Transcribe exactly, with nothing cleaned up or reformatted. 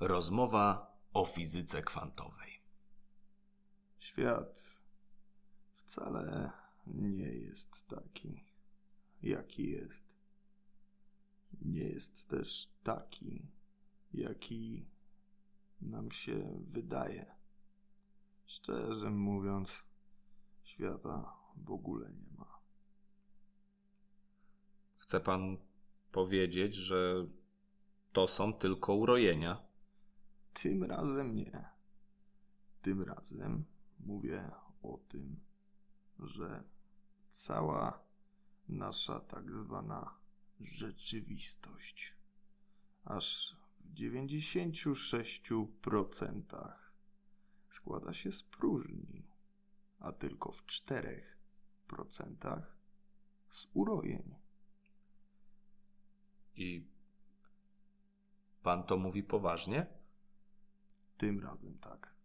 Rozmowa o fizyce kwantowej. Świat wcale nie jest taki, jaki jest. Nie jest też taki, jaki nam się wydaje. Szczerze mówiąc, świata w ogóle nie ma. Chce pan powiedzieć, że to są tylko urojenia? Tym razem nie. Tym razem mówię o tym, że cała nasza tak zwana rzeczywistość aż w dziewięćdziesięciu sześciu procentach składa się z próżni, a tylko w czterech procentach z urojeń. I pan to mówi poważnie? Tym razem tak.